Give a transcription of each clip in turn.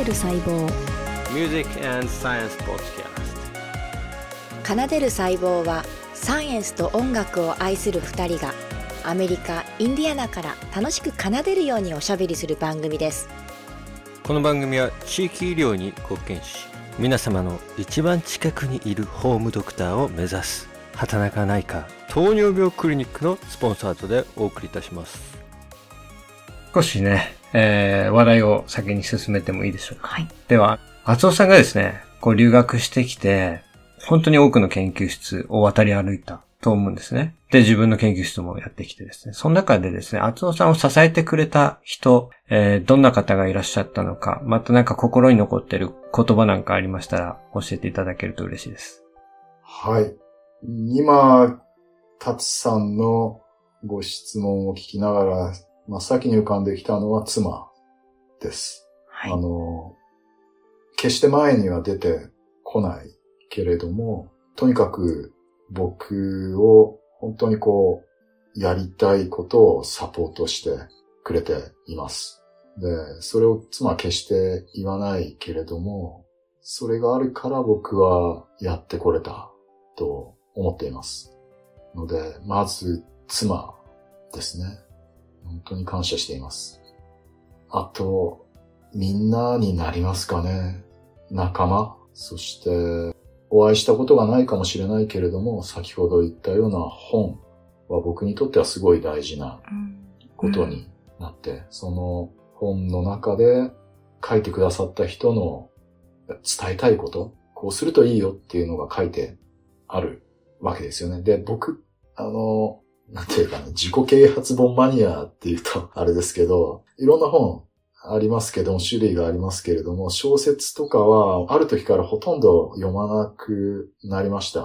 る細胞 Music and Science Podcast。 奏でる細胞はサイエンスと音楽を愛する2人がアメリカ・インディアナから楽しく奏でるようにおしゃべりする番組です。 この番組は地域医療に貢献し、皆様の一番近くにいるホームドクターを目指す畑中内科糖尿病クリニックのスポンサードでお送りいたします。 少しね、話題を先に進めてもいいでしょうか。 はい。 では、厚尾さんがですね、留学してきて、本当に多くの研究室を渡り歩いたと思うんですね。で、自分の研究室もやってきてですね、その中でですね、厚尾さんを支えてくれた人、どんな方がいらっしゃったのか、また心に残っている言葉なんかありましたら教えていただけると嬉しいです。 はい。今、タツさんのご質問を聞きながら、真っ先に浮かんできたのは妻です。 はい。 決して前には出てこないけれども、とにかく僕を本当にやりたいことをサポートしてくれています。で、それを妻は決して言わないけれども、それがあるから僕はやってこれたと思っています。ので、まず妻ですね。本当に感謝しています。あと、みんなになりますかね。仲間、そしてお会いしたことがないかもしれないけれども、先ほど言ったような本は僕にとってはすごい大事なことになって、その本の中で書いてくださった人の伝えたいこと、こうするといいよっていうのが書いてあるわけですよね。で、僕、なんていうかね、自己啓発本マニアっていうとあれですけど、いろんな本ありますけども、種類がありますけれども、小説とかはある時からほとんど読まなくなりました。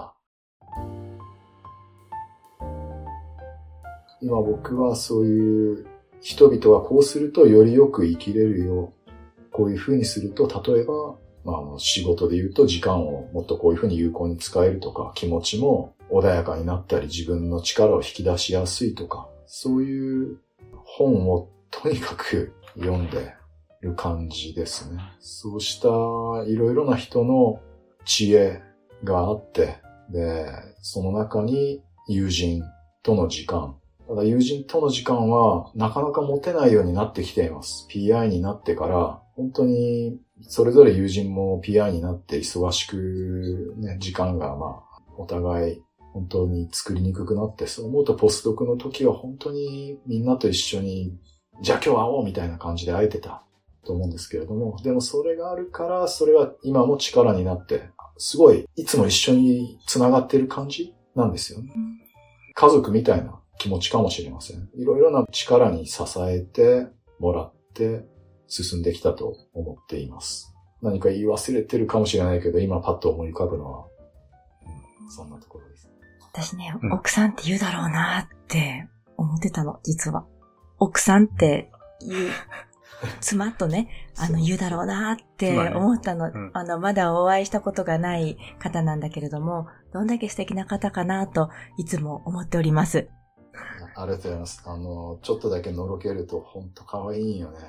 今僕はそういう人々はこうするとよりよく生きれるよ。こういうふうにすると、例えば、仕事で言うと時間をもっとこういうふうに有効に使えるとか、気持ちも穏やかになったり自分の力を引き出しやすいとか、そういう本をとにかく読んでる感じですね。そうしたいろいろな人の知恵があって、で、その中に友人との時間。ただ友人との時間はなかなか持てないようになってきています。PI になってから本当にそれぞれ友人も PI になって忙しくね、時間がお互い本当に作りにくくなって、そう思うとポスドクの時は本当にみんなと一緒にじゃあ今日会おうみたいな感じで会えてたと思うんですけれども、でもそれがあるからそれは今も力になって、すごいいつも一緒に繋がっている感じなんですよね。家族みたいな気持ちかもしれません。いろいろな力に支えてもらって進んできたと思っています。何か言い忘れてるかもしれないけど、今パッと思い浮かぶのは、そんなところです。 私ね、奥さんって言うだろうなって思ってたの、実は。奥さんって言う、妻とね、言うだろうなって思ったの。まだお会いしたことがない方なんだけれども、どんだけ素敵な方かなといつも思っております。 ありがとうございます。ちょっとだけのろけるとほんと可愛いよね。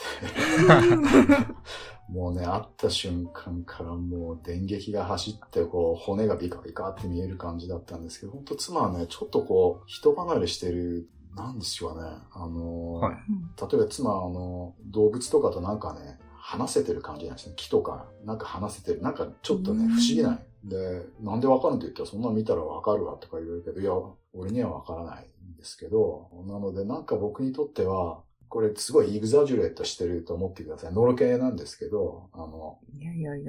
もうね、会った瞬間からもう電撃が走って骨がビカビカって見える感じだったんですけど、ほんと妻はね、ちょっと人離れしてる、なんですよね。 はい、 例えば妻動物とかと話せてる感じなんですね。木とか話せてる。ちょっとね、不思議ない。で、なんでわかるんって言ったら、そんな見たらわかるわとか言われるけど、いや、俺にはわからないんですけど、なので僕にとっては、これすごいエグザジュレートしてると思ってください。のろけなんですけど、 いや。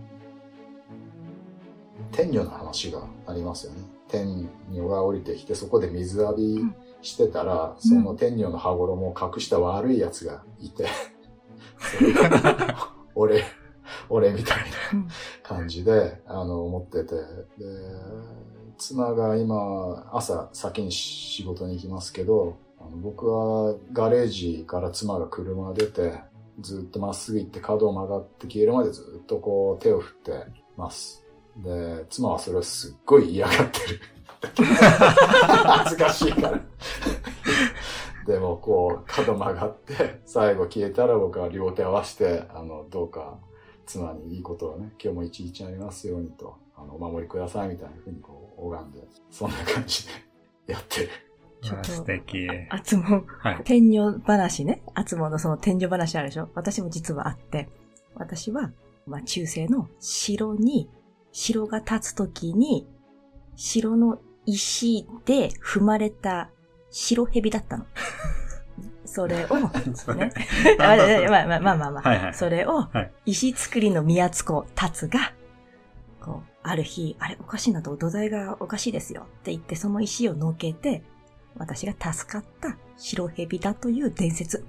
天女の話がありますよね。天女が降りてきて、そこで水浴びしてたら、その天女の羽衣を隠した悪い奴がいて、それが俺みたいな感じで、思ってて、で、妻が今、朝先に仕事に行きますけど、僕はガレージから妻が車出て、ずっとまっすぐ行って角を曲がって消えるまでずっと手を振ってます。で、妻はそれをすっごい嫌がってる。恥ずかしいから。 でもこう角曲がって最後消えたら僕は両手合わせてどうか妻にいいことをね今日も一日ありますようにとお守りくださいみたいな風にこう拝んでそんな感じでやってる。 ちょっと素敵。 あつも、はい、天女話ね。あつものその天女話あるでしょ。私も実はあって、私は、中世の城が立つときに、城の石で踏まれた白蛇だったの。それを、ね。まあ、はいはい、それを、石造りの宮津子達が、こう、ある日、あれおかしいなと、土台がおかしいですよって言って、その石をのけて、私が助かった白蛇だという伝説。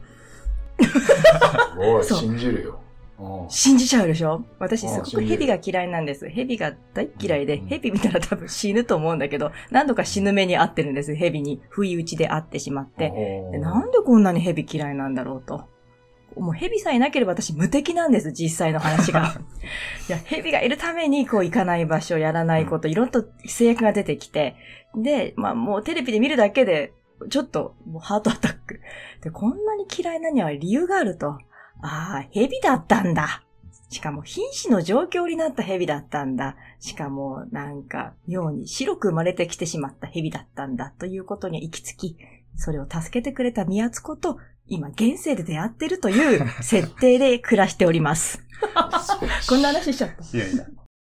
おい、信じるよ。 信じちゃうでしょ。私すごく蛇が嫌いなんです。蛇が大嫌いで、蛇見たら多分死ぬと思うんだけど、何度か死ぬ目に遭ってるんです。蛇に不意打ちで会ってしまって。でなんでこんなに蛇嫌いなんだろうと。もう蛇さえなければ私無敵なんです、実際の話が。いや、蛇がいるためにこう行かない場所、やらないこと、いろんな制約が出てきて、で、もうテレビで見るだけで、ちょっともうハートアタック。で、こんなに嫌いなには理由があると。ああ、蛇だったんだ。しかも瀕死の状況になった蛇だったんだ。しかもなんか妙に白く生まれてきてしまった蛇だったんだということに行き着き、それを助けてくれた宮津子と今現世で出会ってるという設定で暮らしております。こんな話しちゃった。いやいや。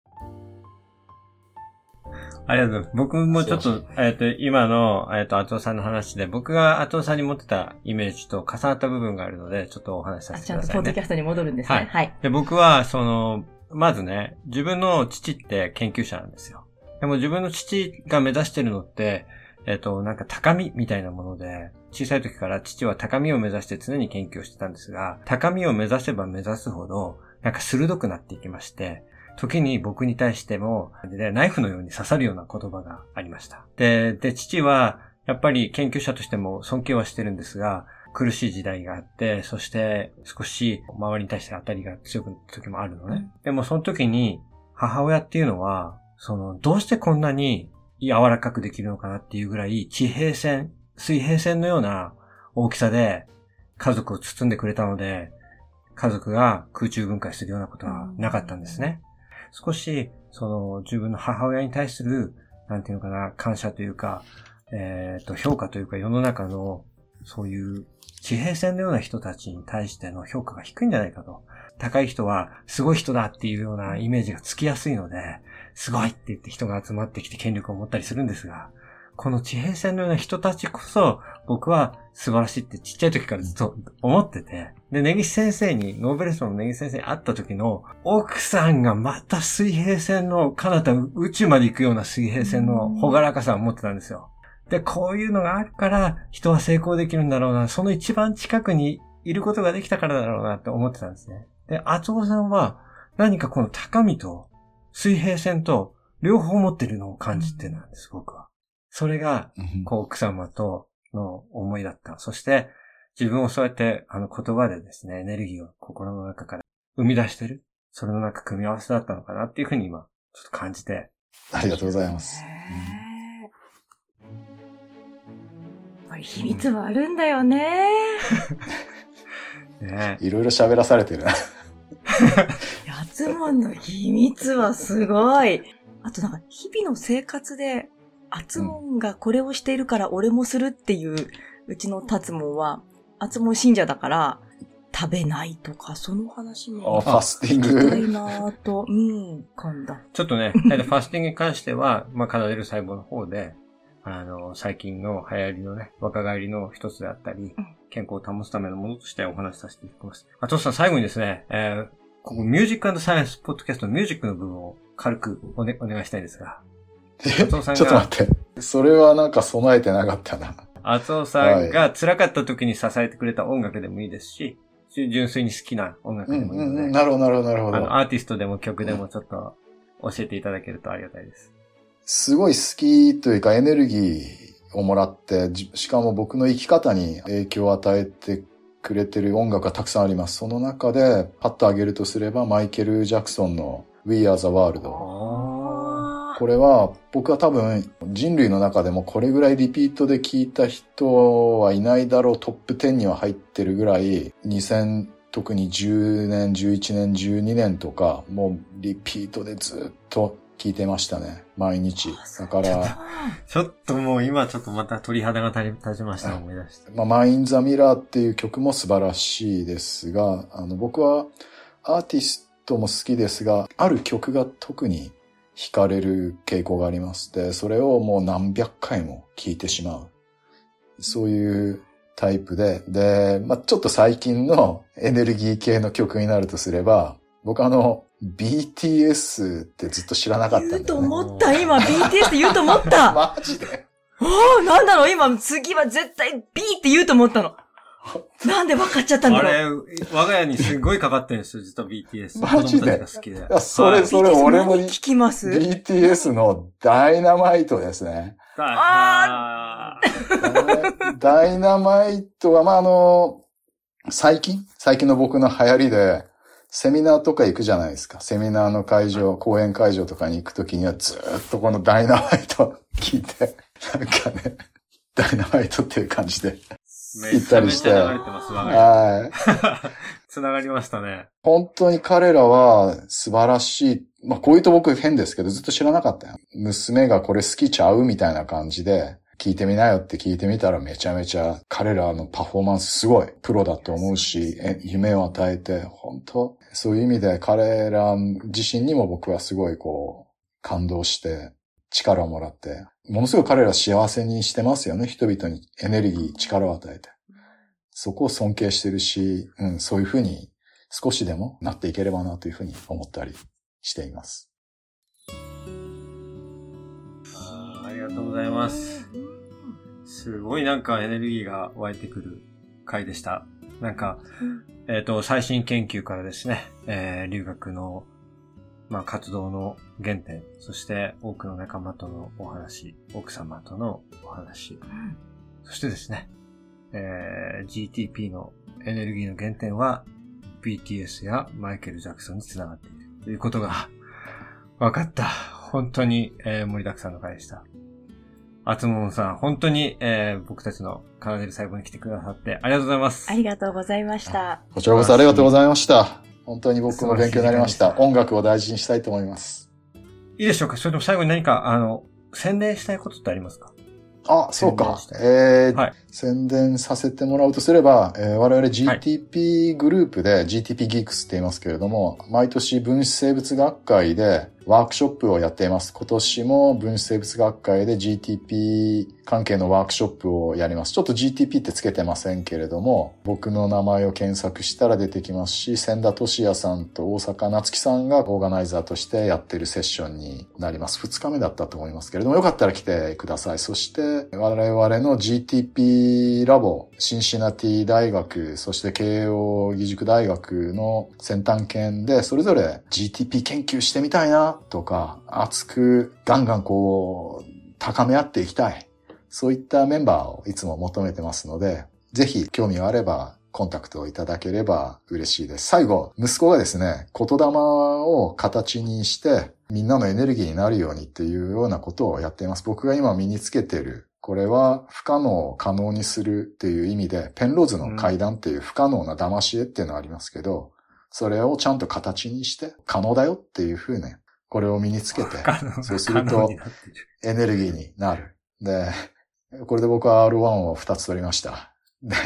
ありがとうございます。僕もちょっと、今の、厚尾さんの話で、僕が厚尾さんに持ってたイメージと重なった部分があるので、ちょっとお話しさせてくださいね。ちゃんとポッドキャストに戻るんですね。はい。 で、僕は、まずね、自分の父って研究者なんですよ。でも自分の父が目指してるのって、なんか高みみたいなもので、小さい時から父は高みを目指して常に研究をしてたんですが、高みを目指せば目指すほど、なんか鋭くなっていきまして、時に僕に対しても、ナイフのように刺さるような言葉がありました。で、父は、やっぱり研究者としても尊敬はしてるんですが、苦しい時代があって、そして少し周りに対して当たりが強くなった時もあるのね。でもその時に、母親っていうのは、どうしてこんなに柔らかくできるのかなっていうぐらい、水平線のような大きさで家族を包んでくれたので、家族が空中分解するようなことはなかったんですね。少し、自分の母親に対する、なんていうのかな、感謝というか、評価というか、世の中の、そういう地平線のような人たちに対しての評価が低いんじゃないかと。高い人は、すごい人だっていうようなイメージがつきやすいので、すごいって言って人が集まってきて権力を持ったりするんですが、この地平線のような人たちこそ、僕は素晴らしいってちっちゃい時からずっと思ってて。で、根岸先生に、ノーベル賞の根岸先生に会った時の、奥さんがまた水平線の、彼方宇宙まで行くような水平線のほがらかさを持ってたんですよ。で、こういうのがあるから、人は成功できるんだろうな、その一番近くにいることができたからだろうなって思ってたんですね。で、厚尾さんは、何かこの高みと、水平線と、両方持ってるのを感じてなんです、僕は。それが、奥様との思いだった。そして、自分をそうやって言葉でですね、エネルギーを心の中から生み出してる。それの組み合わせだったのかなっていうふうに今、ちょっと感じて。 ありがとうございます。 これ秘密はあるんだよね。 ね、いろいろ喋らされてる。 やつもんの秘密はすごい。あと日々の生活で、あつもんがこれをしているから俺もするっていう、うちのたつもんは、あつもん信者だから、食べないとか、その話も。 ファスティング。 聞きたいなぁと、感だ。 ちょっとね、ファスティングに関しては、体出る細胞の方で、最近の流行りのね、若返りの一つであったり、健康を保つためのものとしてお話しさせていただきます。あとさん、最後にですね、ここミュージック&サイエンスポッドキャストのミュージックの部分を軽くお願いしたいんですが。 ちょっと待って。それはなんか備えてなかったな。 厚尾さんが辛かった時に支えてくれた音楽でもいいですし、純粋に好きな音楽でもいいので。 なるほど、なるほど、なるほど。 アーティストでも曲でもちょっと教えていただけるとありがたいです。 すごい好きというかエネルギーをもらって、しかも僕の生き方に影響を与えてくれてる音楽がたくさんあります。その中でパッと挙げるとすればマイケル・ジャクソンの We Are the World。 これは僕は多分人類の中でもこれぐらいリピートで聞いた人はいないだろうトップ10には入ってるぐらい特に10年、11年、12年とかもうリピートでずっと聞いてましたね。毎日。だから。 ちょっともう今ちょっとまた鳥肌が立ちました、思い出して。 マイン・ザ・ミラーっていう曲も素晴らしいですが、僕はアーティストも好きですが、ある曲が特に惹かれる傾向がありまして、それをもう何百回も聴いてしまう。そういうタイプで、ちょっと最近のエネルギー系の曲になるとすれば、僕BTS ってずっと知らなかったんだよね。 言うと思った、今 BTS って言うと思った。 マジでなんだろう、今次は絶対 B って言うと思ったの。なんで分かっちゃったんだろう。 あれ、我が家にすごいかかってるんですよ、実は BTS。 マジで子供たちが好きで。 それ俺も聞きます。 BTS のダイナマイトですね。ダイナマイトは、最近の僕の流行りで、セミナーとか行くじゃないですか。セミナーの会場、講演会場とかに行くときにはずーっとこのダイナマイト聞いて、なんかね、ダイナマイトっていう感じで行ったりして。 はい。繋がりましたね。 本当に彼らは素晴らしい。こういうと僕変ですけど、ずっと知らなかったよ。娘がこれ好きちゃうみたいな感じで、聞いてみなよって聞いてみたらめちゃめちゃ彼らのパフォーマンスすごいプロだと思うし、夢を与えて、本当そういう意味で彼ら自身にも僕はすごい感動して力をもらって、ものすごい彼ら幸せにしてますよね。人々にエネルギー、力を与えて。そこを尊敬してるし、そういうふうに少しでもなっていければなというふうに思ったりしています。 ありがとうございます。すごいなんかエネルギーが湧いてくる回でした。なんか、最新研究からですね、留学の、活動の原点、そして多くの仲間とのお話、奥様とのお話、そしてですね、GTP のエネルギーの原点は BTS やマイケル・ジャクソンにつながっているということが分かった。本当に、盛りだくさんの回でした。あつももさん、本当に、僕たちのカナデル細胞に来てくださってありがとうございます。 ありがとうございました。 こちらこそありがとうございました。本当に僕も勉強になりました。音楽を大事にしたいと思います。 いいでしょうか？それとも最後に何か、宣伝したいことってありますか？ そうか。はい、宣伝させてもらうとすれば、我々 GTP グループで GTP ギークスって言いますけれども、毎年分子生物学会でワークショップをやっています。今年も分子生物学会で GTP 関係のワークショップをやります。ちょっと GTP ってつけてませんけれども、僕の名前を検索したら出てきますし、千田俊也さんと大阪夏樹さんがオーガナイザーとしてやってるセッションになります。2日目だったと思いますけれども、よかったら来てください。そして、我々の GTP ラボ、シンシナティ大学、そして慶応義塾大学の先端研で、それぞれ GTP 研究してみたいなとか、熱くガンガン高め合っていきたい。そういったメンバーをいつも求めてますので、ぜひ興味があればコンタクトをいただければ嬉しいです。最後、息子がですね、言霊を形にしてみんなのエネルギーになるようにっていうようなことをやっています。僕が今身につけている、これは不可能を可能にするっていう意味で、ペンローズの階段っていう不可能な騙し絵っていうのがありますけど、それをちゃんと形にして可能だよっていう風ね、これを身につけて、そうするとエネルギーになる。で、これで僕は R1 を2つ取りました。で、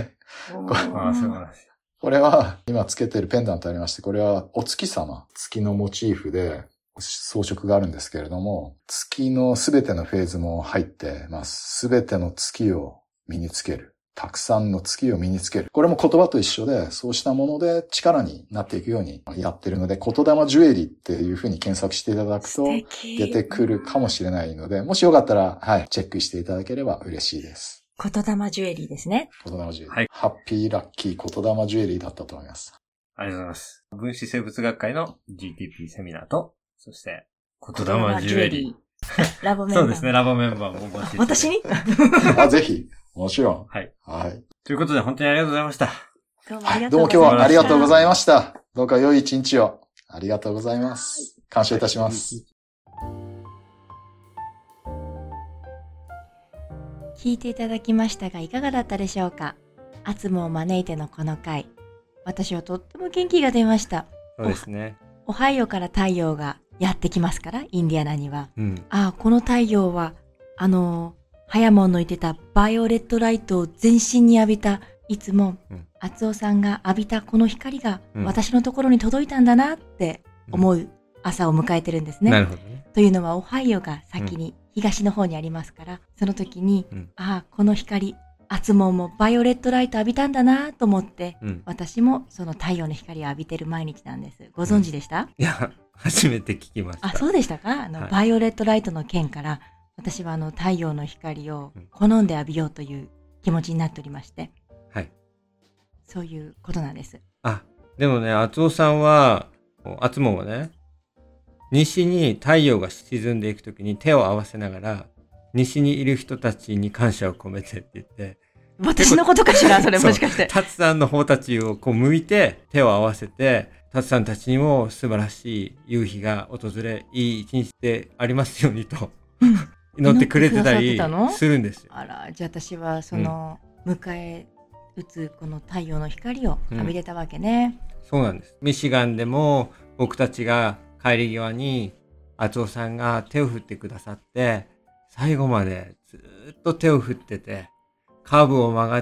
これは今つけてるペンダントありまして、これはお月様、月のモチーフで装飾があるんですけれども、月のすべてのフェーズも入ってます。すべての月を身につける。たくさんの月を身につける。これも言葉と一緒で、そうしたもので力になっていくようにやってるので、言霊ジュエリーっていう風に検索していただくと出てくるかもしれないので、もしよかったら、チェックしていただければ嬉しいです。 言霊ジュエリーですね。 言霊ジュエリー。はい。ハッピーラッキー言霊ジュエリーだったと思います。 ありがとうございます。分子生物学会の GTP セミナーと、そして言霊ジュエリー。 ラボメンバー。 そうですね、ラボメンバーも私にぜひ。もちろん。 はい。 はい。 ということで本当にありがとうございました。 どうもありがとうございました。どうも今日はありがとうございました。どうか良い一日を。ありがとうございます。感謝いたします。 聞いていただきましたがいかがだったでしょうか。アツムを招いてのこの回、私はとっても元気が出ました。 そうですね。 オハイオから太陽がやってきますから、インディアナには。 うん。 この太陽は、ハヤモンの言ってたバイオレットライトを全身に浴びた、いつも、アツオさんが浴びたこの光が私のところに届いたんだなって思う朝を迎えてるんですね。 なるほどね。 というのはオハイオが先に東の方にありますから、その時に、この光、アツモンもバイオレットライト浴びたんだなと思って、私もその太陽の光を浴びてる毎日なんです。ご存知でした？ いや、初めて聞きました。 そうでしたか？バイオレットライトの件から、私は太陽の光を好んで浴びようという気持ちになっておりまして。 はい。 そういうことなんです。 でもね、厚尾さんは、厚もはね、西に太陽が沈んでいくときに手を合わせながら、西にいる人たちに感謝を込めてって言って、 私のことかしら、それもしかして。 タツさんの方たちをこう向いて手を合わせて、タツさんたちにも素晴らしい夕日が訪れ、いい一日でありますようにと、祈ってくれてたりするんですよ。 じゃあ私はその迎え撃つこの太陽の光を浴びれたわけね。 そうなんです。ミシガンでも僕たちが帰り際に厚尾さんが手を振ってくださって、最後までずっと手を振ってて、カーブを曲がって、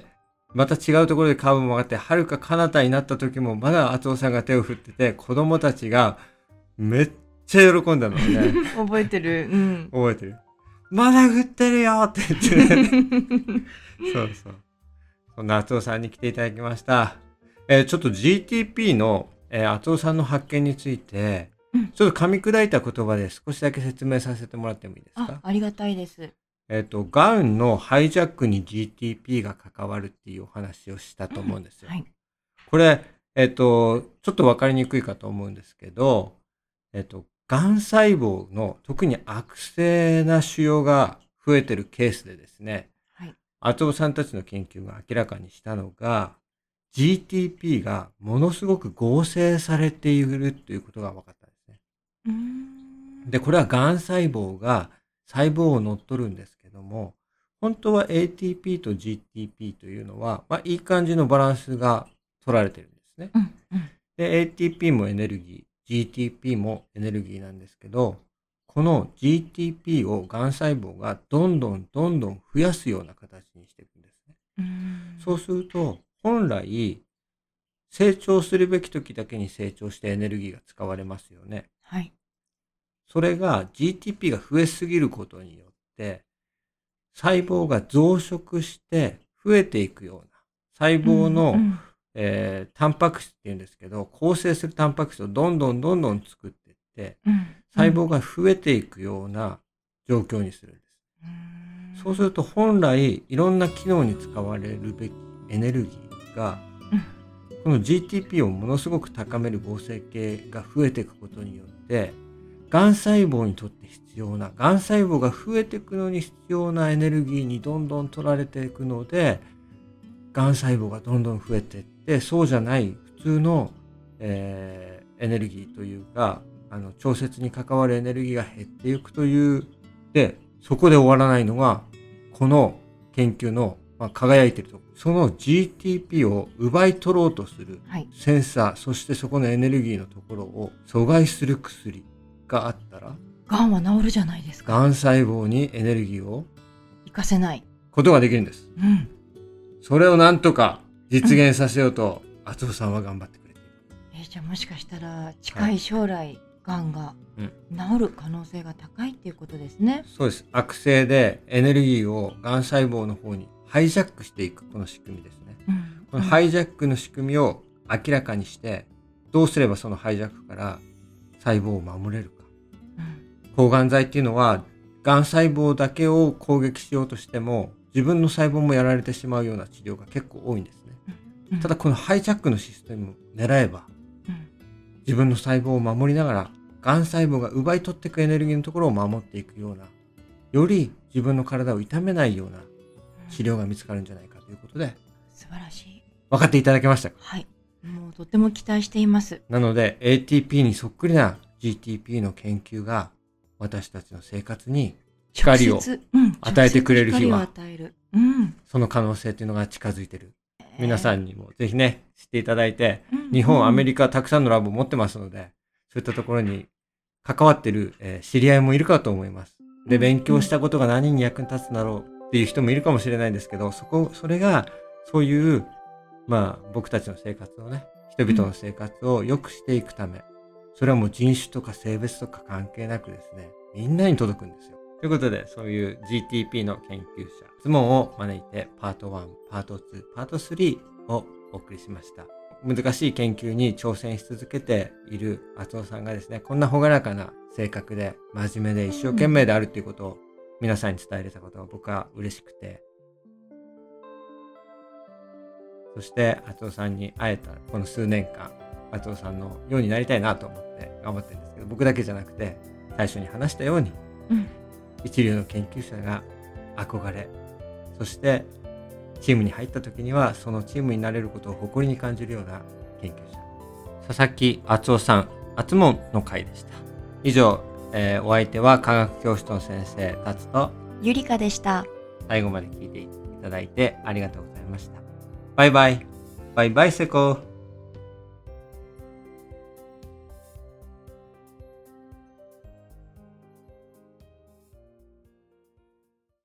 また違うところでカーブを曲がって、遥か彼方になった時もまだ厚尾さんが手を振ってて、子供たちがめっちゃ喜んだのね。 覚えてる。 覚えてる。まだ振ってるよって言ってね。そうそう。そんな厚尾さんに来ていただきました。ちょっと GTP の、厚尾さんの発見について、ちょっと噛み砕いた言葉で少しだけ説明させてもらってもいいですか？ ありがたいです。 ガウンのハイジャックに GTP が関わるっていうお話をしたと思うんですよ。はい、これ、ちょっとわかりにくいかと思うんですけど、がん細胞の特に悪性な腫瘍が増えてるケースでですね、厚尾さんたちの研究が明らかにしたのが、GTP がものすごく合成されているということが分かったんですね。で、これはがん細胞が細胞を乗っ取るんですけども、本当は ATP と GTP というのは、いい感じのバランスが取られてるんですね。で、ATP もエネルギー、GTP もエネルギーなんですけど、この GTP をがん細胞がどんどん増やすような形にしていくんですね。そうすると、本来、成長するべき時だけに成長してエネルギーが使われますよね。はい。それが GTP が増えすぎることによって、細胞が増殖して増えていくような、細胞の、タンパク質って言うんですけど、構成するタンパク質をどんどん作っていって、細胞が増えていくような状況にするんです。そうすると本来いろんな機能に使われるべきエネルギーが、この GTP をものすごく高める合成系が増えていくことによって、がん細胞にとって必要な、がん細胞が増えていくのに必要なエネルギーにどんどん取られていくので、がん細胞がどんどん増えていって、そうじゃない普通の、エネルギーというか、調節に関わるエネルギーが減っていくという、で、そこで終わらないのが、この研究の、輝いているところ。その GTP を奪い取ろうとするセンサー、そしてそこのエネルギーのところを阻害する薬があったら、 がんは治るじゃないですか。 がん細胞にエネルギーを活かせないことができるんです。それをなんとか実現させようと、厚尾さんは頑張ってくれている。 じゃあもしかしたら近い将来、がんが治る可能性が高いっていうことですね。 そうです。悪性でエネルギーをがん細胞の方にハイジャックしていくこの仕組みですね。このハイジャックの仕組みを明らかにして、どうすればそのハイジャックから細胞を守れるか。抗がん剤っていうのは、がん細胞だけを攻撃しようとしても、自分の細胞もやられてしまうような治療が結構多いんですね。ただこのハイジャックのシステムを狙えば、自分の細胞を守りながら、がん細胞が奪い取っていくエネルギーのところを守っていくような、より自分の体を痛めないような治療が見つかるんじゃないかということで、 素晴らしい。 分かっていただけましたか？ はい。もうとても期待しています。 なので ATP にそっくりな GTP の研究が私たちの生活に光を与えてくれる日は、その可能性というのが近づいてる。皆さんにもぜひね、知っていただいて、日本、アメリカ、たくさんのラボを持ってますので、そういったところに関わってる、知り合いもいるかと思います。で、勉強したことが何に役に立つんだろうっていう人もいるかもしれないんですけど、それが、そういう、僕たちの生活をね、人々の生活を良くしていくため、それはもう人種とか性別とか関係なくですね、みんなに届くんですよ。ということで、そういう GTP の研究者、質問を招いて、パート1、パート2、パート3をお送りしました。難しい研究に挑戦し続けている厚尾さんがですね、こんな朗らかな性格で、真面目で一生懸命であるということを皆さんに伝えれたことが僕は嬉しくて、そして厚尾さんに会えたこの数年間、厚尾さんのようになりたいなと思って頑張ってるんですけど、僕だけじゃなくて、最初に話したように、一流の研究者が憧れ、そしてチームに入った時にはそのチームになれることを誇りに感じるような研究者、佐々木厚尾さん、厚門の会でした。以上、お相手は科学教室の先生達とゆりかでした。 最後まで聞いていただいてありがとうございました。バイバイ。バイバイセコ。